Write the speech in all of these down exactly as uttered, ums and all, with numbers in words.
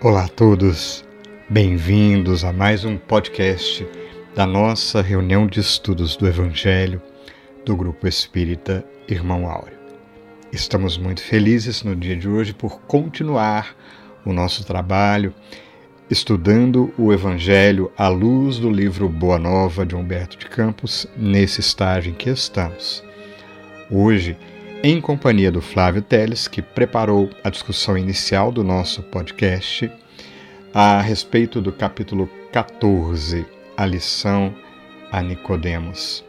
Olá a todos, bem-vindos a mais um podcast da nossa reunião de estudos do Evangelho do Grupo Espírita Irmão Áureo. Estamos muito felizes no dia de hoje por continuar o nosso trabalho estudando o Evangelho à luz do livro Boa Nova de Humberto de Campos, nesse estágio em que estamos. Hoje, em companhia do Flávio Teles, que preparou a discussão inicial do nosso podcast a respeito do capítulo quatorze, a lição a Nicodemos.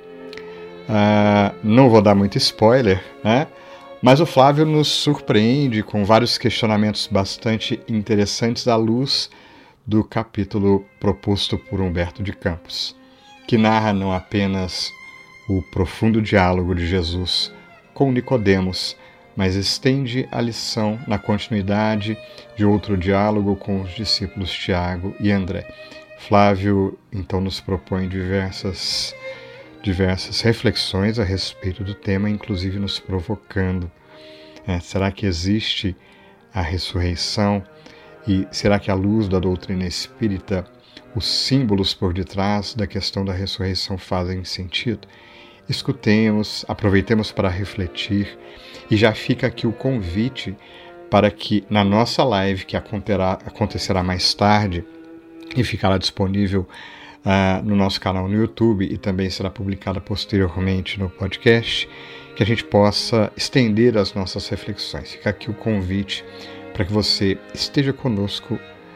Uh, não vou dar muito spoiler, né? Mas o Flávio nos surpreende com vários questionamentos bastante interessantes à luz do capítulo proposto por Humberto de Campos, que narra não apenas o profundo diálogo de Jesus com Nicodemos, mas estende a lição na continuidade de outro diálogo com os discípulos Tiago e André. Flávio, então, nos propõe diversas, diversas reflexões a respeito do tema, inclusive nos provocando. É, será que existe a ressurreição? E será que, à luz da doutrina espírita, os símbolos por detrás da questão da ressurreição fazem sentido? Escutemos, aproveitemos para refletir e já fica aqui o convite para que na nossa live, que acontecerá mais tarde e ficará disponível uh, no nosso canal no YouTube e também será publicada posteriormente no podcast, que a gente possa estender as nossas reflexões. Fica aqui o convite para que você esteja conosco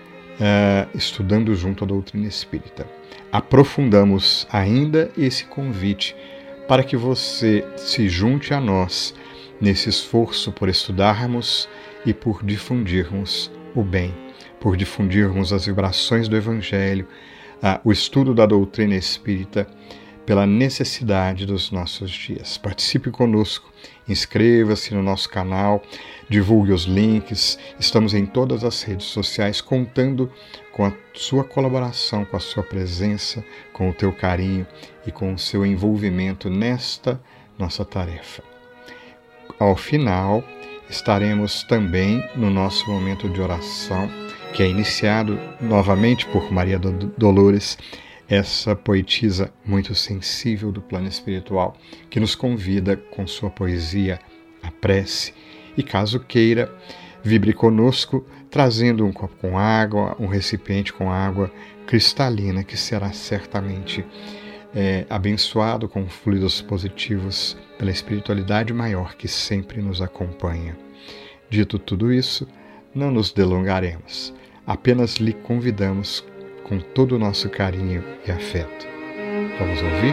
uh, estudando junto a doutrina espírita. Aprofundamos ainda esse convite para que você se junte a nós nesse esforço por estudarmos e por difundirmos o bem, por difundirmos as vibrações do Evangelho, ah, o estudo da doutrina espírita pela necessidade dos nossos dias. Participe conosco, inscreva-se no nosso canal, divulgue os links, estamos em todas as redes sociais contando com a sua colaboração, com a sua presença, com o teu carinho e com o seu envolvimento nesta nossa tarefa. Ao final, estaremos também no nosso momento de oração, que é iniciado novamente por Maria Dolores, essa poetisa muito sensível do plano espiritual, que nos convida com sua poesia à prece. E caso queira, vibre conosco, trazendo um copo com água, um recipiente com água cristalina, que será certamente é, abençoado com fluidos positivos pela espiritualidade maior que sempre nos acompanha. Dito tudo isso, não nos delongaremos, apenas lhe convidamos com todo o nosso carinho e afeto. Vamos ouvir?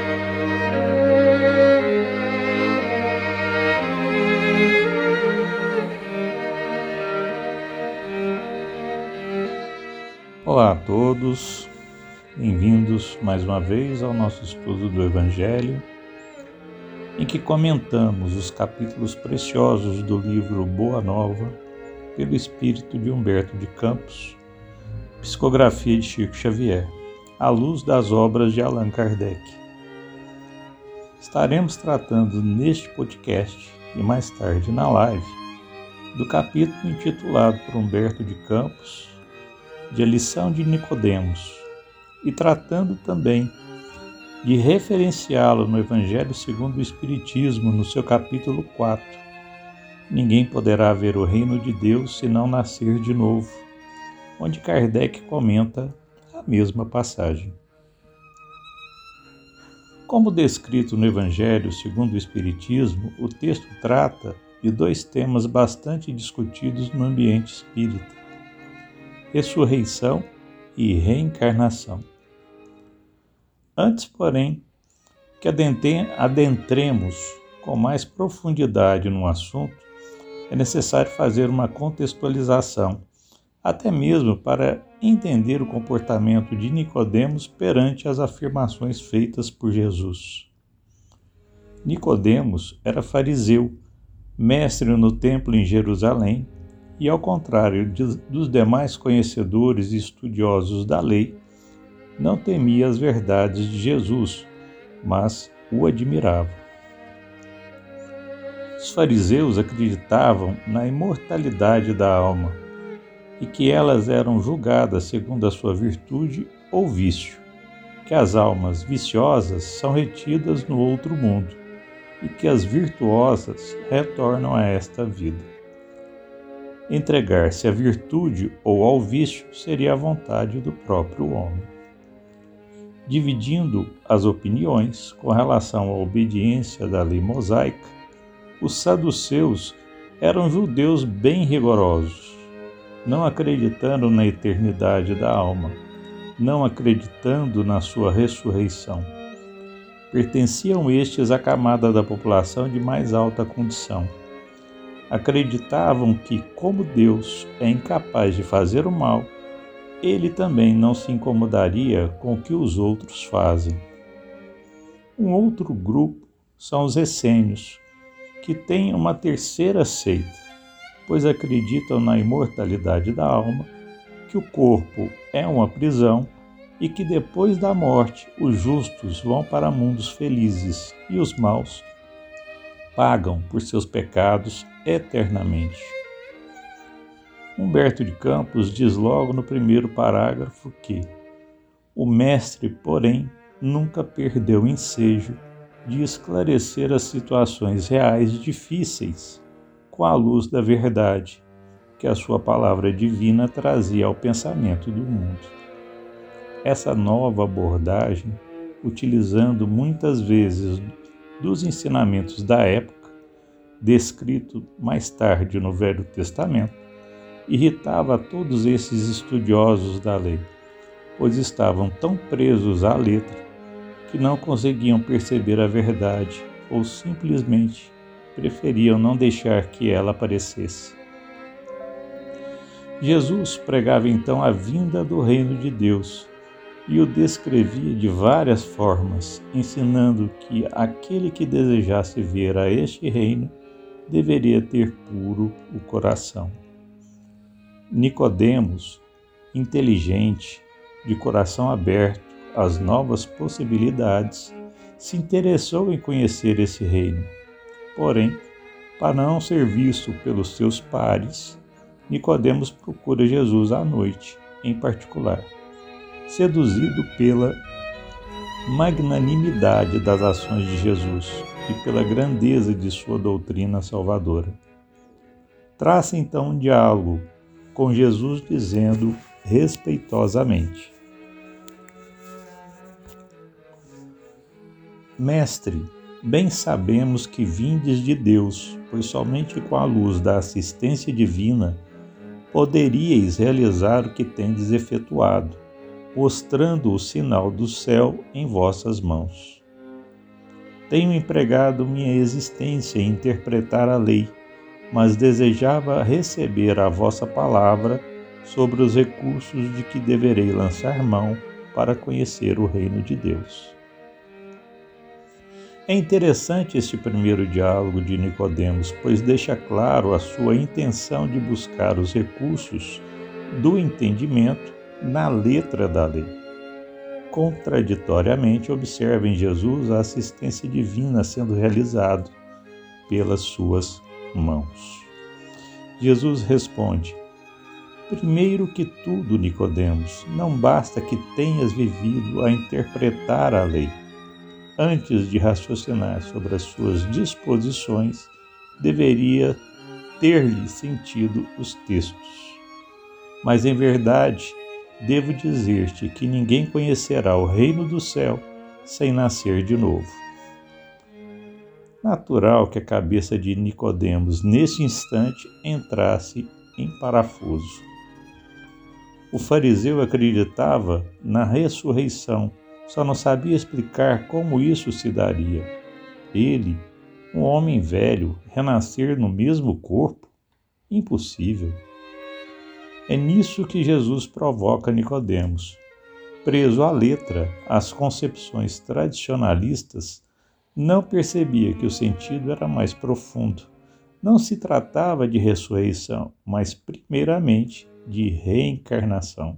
Olá a todos, bem-vindos mais uma vez ao nosso estudo do Evangelho, em que comentamos os capítulos preciosos do livro Boa Nova, pelo espírito de Humberto de Campos, psicografia de Chico Xavier, à luz das obras de Allan Kardec. Estaremos tratando neste podcast e mais tarde na live do capítulo intitulado por Humberto de Campos de A Lição de Nicodemos e tratando também de referenciá-lo no Evangelho segundo o Espiritismo, no seu capítulo quatro. Ninguém poderá ver o reino de Deus se não nascer de novo, onde Kardec comenta a mesma passagem. Como descrito no Evangelho segundo o Espiritismo, o texto trata de dois temas bastante discutidos no ambiente espírita: ressurreição e reencarnação. Antes, porém, que adentremos com mais profundidade no assunto, é necessário fazer uma contextualização, até mesmo para entender o comportamento de Nicodemos perante as afirmações feitas por Jesus. Nicodemos era fariseu, mestre no templo em Jerusalém, e, ao contrário de, dos demais conhecedores e estudiosos da lei, não temia as verdades de Jesus, mas o admirava. Os fariseus acreditavam na imortalidade da alma e que elas eram julgadas segundo a sua virtude ou vício, que as almas viciosas são retidas no outro mundo e que as virtuosas retornam a esta vida. Entregar-se à virtude ou ao vício seria a vontade do próprio homem. Dividindo as opiniões com relação à obediência da lei mosaica, os saduceus eram judeus bem rigorosos, não acreditando na eternidade da alma, não acreditando na sua ressurreição. Pertenciam estes à camada da população de mais alta condição. Acreditavam que, como Deus é incapaz de fazer o mal, ele também não se incomodaria com o que os outros fazem. Um outro grupo são os essênios, que têm uma terceira seita, pois acreditam na imortalidade da alma, que o corpo é uma prisão e que depois da morte os justos vão para mundos felizes e os maus pagam por seus pecados eternamente. Humberto de Campos diz logo no primeiro parágrafo que o mestre, porém, nunca perdeu o ensejo de esclarecer as situações reais difíceis com a luz da verdade que a sua palavra divina trazia ao pensamento do mundo. Essa nova abordagem, utilizando muitas vezes dos ensinamentos da época, descrito mais tarde no Velho Testamento, irritava a todos esses estudiosos da lei, pois estavam tão presos à letra que não conseguiam perceber a verdade ou simplesmente preferiam não deixar que ela aparecesse. Jesus pregava então a vinda do reino de Deus e o descrevia de várias formas, ensinando que aquele que desejasse ver a este reino deveria ter puro o coração. Nicodemos, inteligente, de coração aberto às novas possibilidades, se interessou em conhecer esse reino. Porém, para não ser visto pelos seus pares, Nicodemos procura Jesus à noite, em particular, seduzido pela magnanimidade das ações de Jesus e pela grandeza de sua doutrina salvadora. Traça então um diálogo com Jesus dizendo respeitosamente: Mestre, bem sabemos que vindes de Deus, pois somente com a luz da assistência divina poderíeis realizar o que tendes efetuado, mostrando o sinal do céu em vossas mãos. Tenho empregado minha existência em interpretar a lei, mas desejava receber a vossa palavra sobre os recursos de que deverei lançar mão para conhecer o reino de Deus. É interessante este primeiro diálogo de Nicodemos, pois deixa claro a sua intenção de buscar os recursos do entendimento na letra da lei. Contraditoriamente, observa em Jesus a assistência divina sendo realizada pelas suas mãos. Jesus responde: Primeiro que tudo, Nicodemos, não basta que tenhas vivido a interpretar a lei. Antes de raciocinar sobre as suas disposições, deveria ter-lhe sentido os textos. Mas, em verdade, devo dizer-te que ninguém conhecerá o reino do céu sem nascer de novo. Natural que a cabeça de Nicodemos, neste instante, entrasse em parafuso. O fariseu acreditava na ressurreição, só não sabia explicar como isso se daria. Ele, um homem velho, renascer no mesmo corpo? Impossível. É nisso que Jesus provoca Nicodemos. Preso à letra, às concepções tradicionalistas, não percebia que o sentido era mais profundo. Não se tratava de ressurreição, mas primeiramente de reencarnação.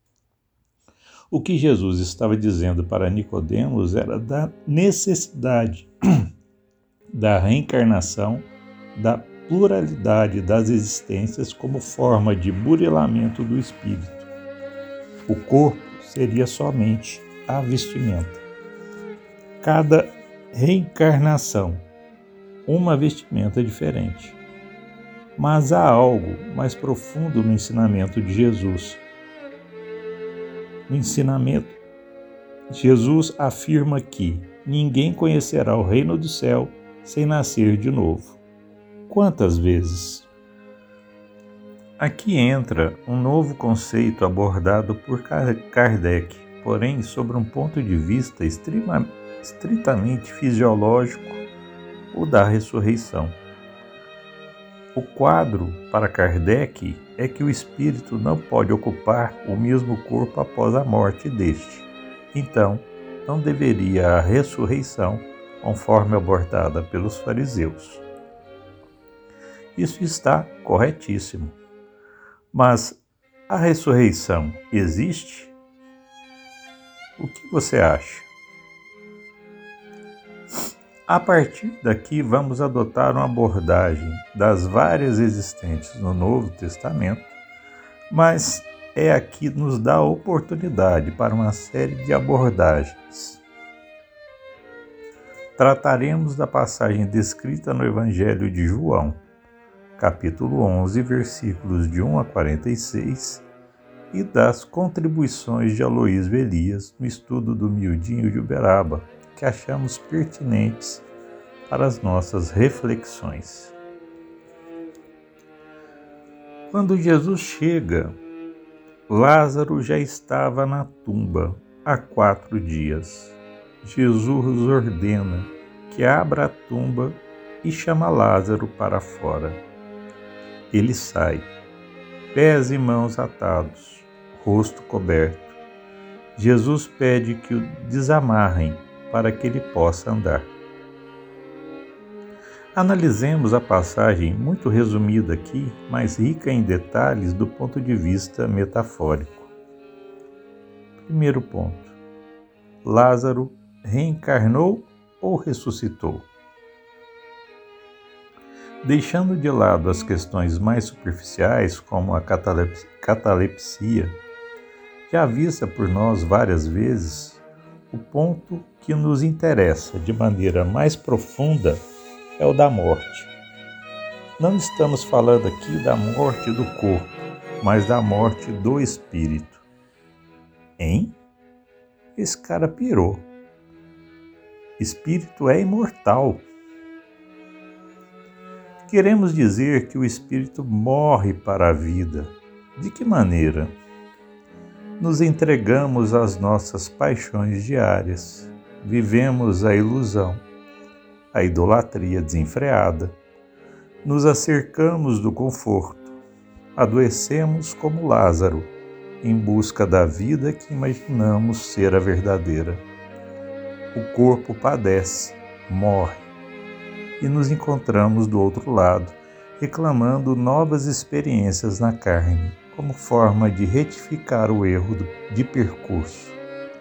O que Jesus estava dizendo para Nicodemos era da necessidade da reencarnação, da pluralidade das existências como forma de burilamento do espírito. O corpo seria somente a vestimenta. Cada reencarnação, uma vestimenta diferente. Mas há algo mais profundo no ensinamento de Jesus. No ensinamento, Jesus afirma que ninguém conhecerá o reino do céu sem nascer de novo. Quantas vezes? Aqui entra um novo conceito abordado por Kardec, porém sobre um ponto de vista extrema, estritamente fisiológico, o da ressurreição. O quadro para Kardec é que o espírito não pode ocupar o mesmo corpo após a morte deste. Então, não deveria a ressurreição, conforme abordada pelos fariseus. Isso está corretíssimo. Mas a ressurreição existe? O que você acha? A partir daqui, vamos adotar uma abordagem das várias existentes no Novo Testamento, mas é aqui nos dá a oportunidade para uma série de abordagens. Trataremos da passagem descrita no Evangelho de João, capítulo onze, versículos de um a quarenta e seis, e das contribuições de Aloísio Elias no estudo do Miudinho de Uberaba, que achamos pertinentes para as nossas reflexões. Quando Jesus chega, Lázaro já estava na tumba há quatro dias. Jesus ordena que abra a tumba e chama Lázaro para fora. Ele sai, pés e mãos atados, rosto coberto. Jesus pede que o desamarrem para que ele possa andar. Analisemos a passagem muito resumida aqui, mas rica em detalhes do ponto de vista metafórico. Primeiro ponto. Lázaro reencarnou ou ressuscitou? Deixando de lado as questões mais superficiais, como a catalepsia, já vista por nós várias vezes, o ponto que nos interessa de maneira mais profunda é o da morte. Não estamos falando aqui da morte do corpo, mas da morte do espírito. Hein? Esse cara pirou. Espírito é imortal. Queremos dizer que o espírito morre para a vida. De que maneira? Nos entregamos às nossas paixões diárias, vivemos a ilusão, a idolatria desenfreada, nos acercamos do conforto, adoecemos como Lázaro, em busca da vida que imaginamos ser a verdadeira. O corpo padece, morre, e nos encontramos do outro lado, reclamando novas experiências na carne, como forma de retificar o erro de percurso.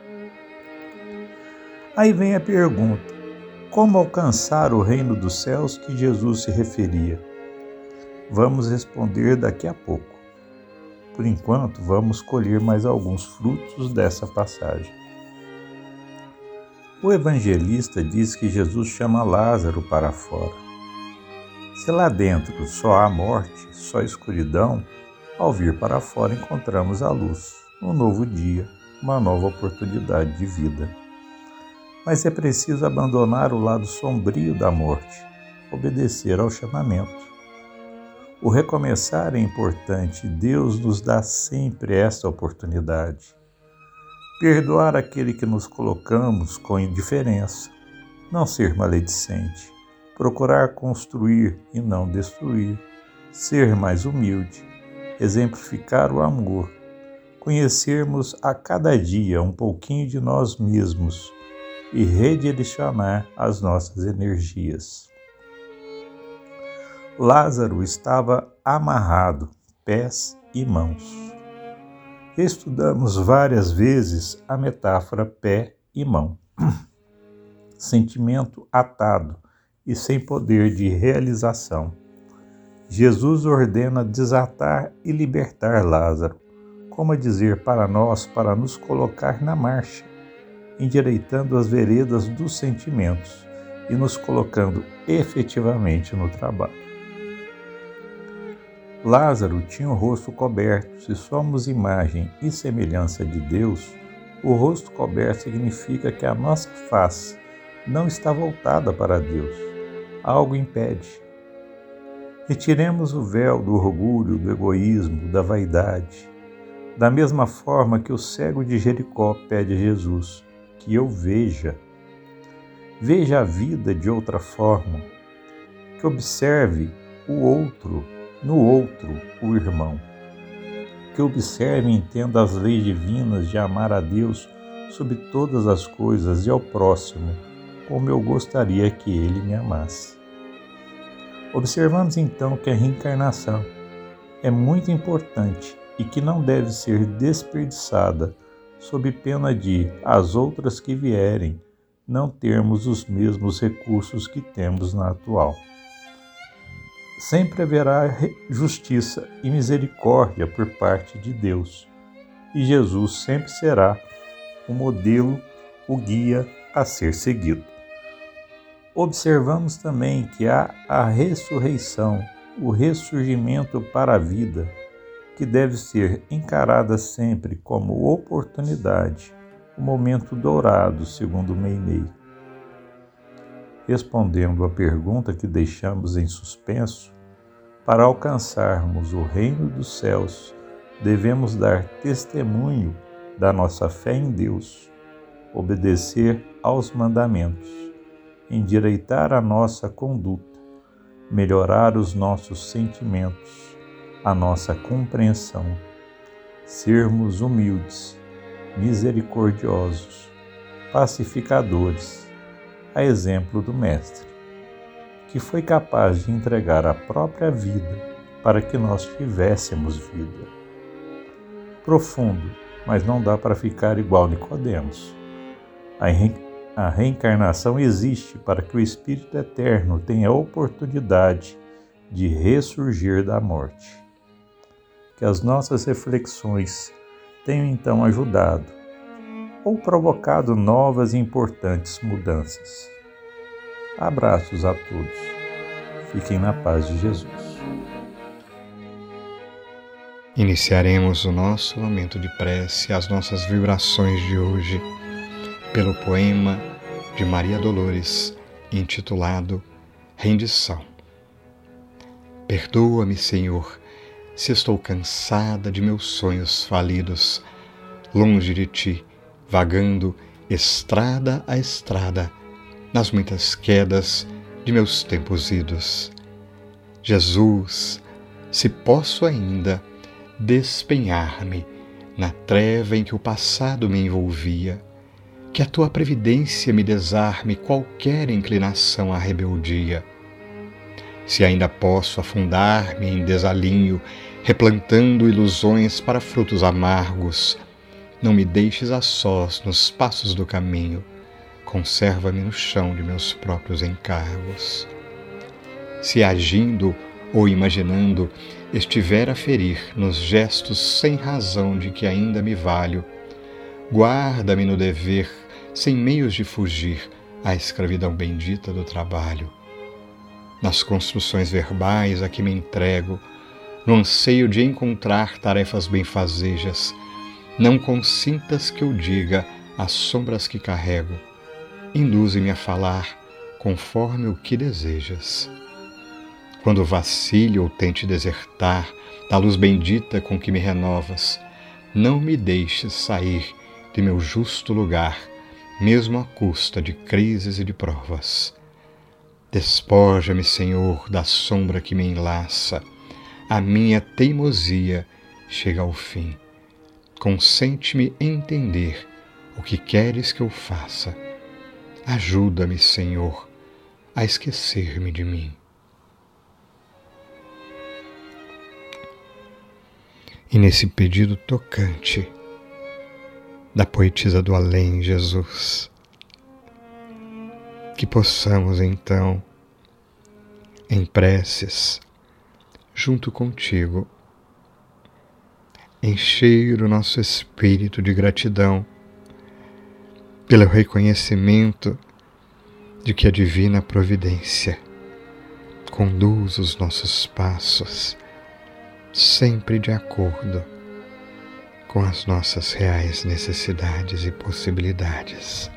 Aí vem a pergunta: como alcançar o reino dos céus que Jesus se referia? Vamos responder daqui a pouco. Por enquanto, vamos colher mais alguns frutos dessa passagem. O evangelista diz que Jesus chama Lázaro para fora. Se lá dentro só há morte, só escuridão, ao vir para fora encontramos a luz, um novo dia, uma nova oportunidade de vida. Mas é preciso abandonar o lado sombrio da morte, obedecer ao chamamento. O recomeçar é importante e Deus nos dá sempre esta oportunidade. Perdoar aquele que nos colocamos com indiferença, não ser maledicente, procurar construir e não destruir, ser mais humilde, exemplificar o amor, conhecermos a cada dia um pouquinho de nós mesmos e redirecionar as nossas energias. Lázaro estava amarrado, pés e mãos. Estudamos várias vezes a metáfora pé e mão. Sentimento atado e sem poder de realização. Jesus ordena desatar e libertar Lázaro, como a dizer para nós para nos colocar na marcha, endireitando as veredas dos sentimentos e nos colocando efetivamente no trabalho. Lázaro tinha o rosto coberto. Se somos imagem e semelhança de Deus, o rosto coberto significa que a nossa face não está voltada para Deus. Algo impede. Retiremos o véu do orgulho, do egoísmo, da vaidade. Da mesma forma que o cego de Jericó pede a Jesus que eu veja. Veja a vida de outra forma. Que observe o outro, no outro, o irmão. Que observe e entenda as leis divinas de amar a Deus sobre todas as coisas e ao próximo, como eu gostaria que ele me amasse. Observamos então que a reencarnação é muito importante e que não deve ser desperdiçada sob pena de, as outras que vierem, não termos os mesmos recursos que temos na atual. Sempre haverá justiça e misericórdia por parte de Deus, e Jesus sempre será o modelo, o guia a ser seguido. Observamos também que há a ressurreição, o ressurgimento para a vida, que deve ser encarada sempre como oportunidade, o momento dourado, segundo Meinei. Respondendo à pergunta que deixamos em suspenso, para alcançarmos o reino dos céus, devemos dar testemunho da nossa fé em Deus, obedecer aos mandamentos, endireitar a nossa conduta, melhorar os nossos sentimentos, a nossa compreensão, sermos humildes, misericordiosos, pacificadores, a exemplo do Mestre, que foi capaz de entregar a própria vida para que nós tivéssemos vida. Profundo, mas não dá para ficar igual Nicodemos. A, re... a reencarnação existe para que o Espírito Eterno tenha a oportunidade de ressurgir da morte. Que as nossas reflexões tenham então ajudado ou provocado novas e importantes mudanças. Abraços a todos. Fiquem na paz de Jesus. Iniciaremos o nosso momento de prece, as nossas vibrações de hoje, pelo poema de Maria Dolores, intitulado Rendição. Perdoa-me, Senhor, se estou cansada de meus sonhos falidos, longe de Ti, vagando estrada a estrada, nas muitas quedas de meus tempos idos. Jesus, se posso ainda despenhar-me na treva em que o passado me envolvia, que a Tua previdência me desarme qualquer inclinação à rebeldia. Se ainda posso afundar-me em desalinho, replantando ilusões para frutos amargos, não me deixes a sós nos passos do caminho, conserva-me no chão de meus próprios encargos. Se agindo ou imaginando estiver a ferir nos gestos sem razão de que ainda me valho, guarda-me no dever, sem meios de fugir à escravidão bendita do trabalho. Nas construções verbais a que me entrego, no anseio de encontrar tarefas benfazejas, não consintas que eu diga as sombras que carrego, induze-me a falar conforme o que desejas. Quando vacile ou tente desertar da luz bendita com que me renovas, não me deixes sair de meu justo lugar, mesmo à custa de crises e de provas. Despoja-me, Senhor, da sombra que me enlaça, a minha teimosia chega ao fim. Consente-me entender o que queres que eu faça. Ajuda-me, Senhor, a esquecer-me de mim. E nesse pedido tocante da poetisa do além, Jesus, que possamos então, em preces, junto contigo, encher o nosso espírito de gratidão pelo reconhecimento de que a divina providência conduz os nossos passos sempre de acordo com as nossas reais necessidades e possibilidades.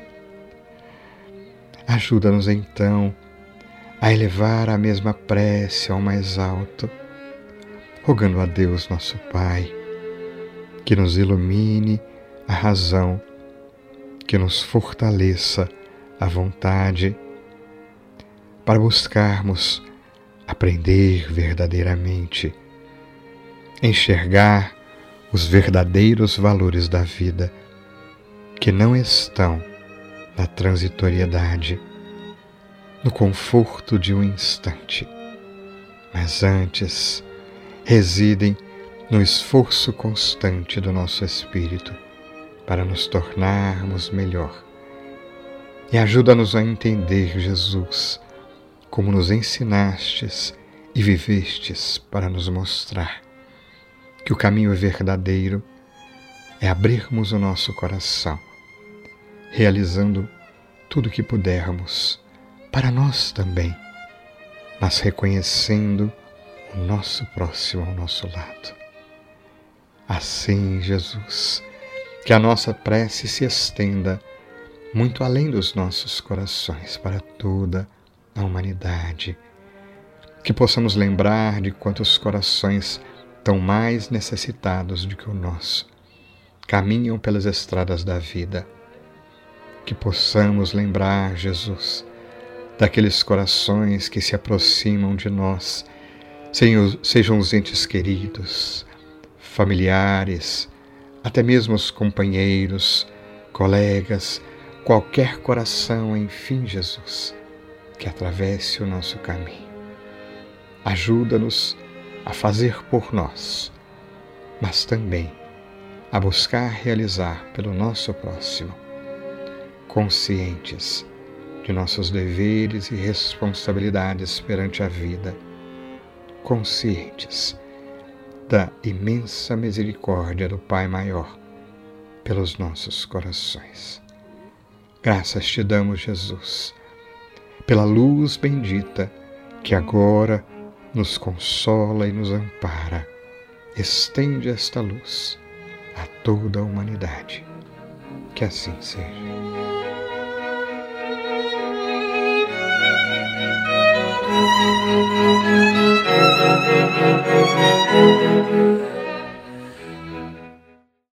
Ajuda-nos então a elevar a mesma prece ao mais alto, rogando a Deus nosso Pai que nos ilumine a razão, que nos fortaleça a vontade para buscarmos aprender verdadeiramente, enxergar os verdadeiros valores da vida que não estão na transitoriedade, no conforto de um instante, mas antes residem no esforço constante do nosso espírito para nos tornarmos melhor. E ajuda-nos a entender, Jesus, como nos ensinastes e vivestes para nos mostrar que o caminho verdadeiro é abrirmos o nosso coração, realizando tudo o que pudermos para nós também, mas reconhecendo o nosso próximo ao nosso lado. Assim, Jesus, que a nossa prece se estenda muito além dos nossos corações para toda a humanidade, que possamos lembrar de quantos corações tão mais necessitados do que o nosso caminham pelas estradas da vida, que possamos lembrar, Jesus, daqueles corações que se aproximam de nós, sejam os entes queridos, familiares, até mesmo os companheiros, colegas, qualquer coração, enfim, Jesus, que atravesse o nosso caminho. Ajuda-nos a fazer por nós, mas também a buscar realizar pelo nosso próximo, conscientes de nossos deveres e responsabilidades perante a vida, conscientes da imensa misericórdia do Pai Maior pelos nossos corações. Graças te damos, Jesus, pela luz bendita que agora nos consola e nos ampara. Estende esta luz a toda a humanidade. Que assim seja.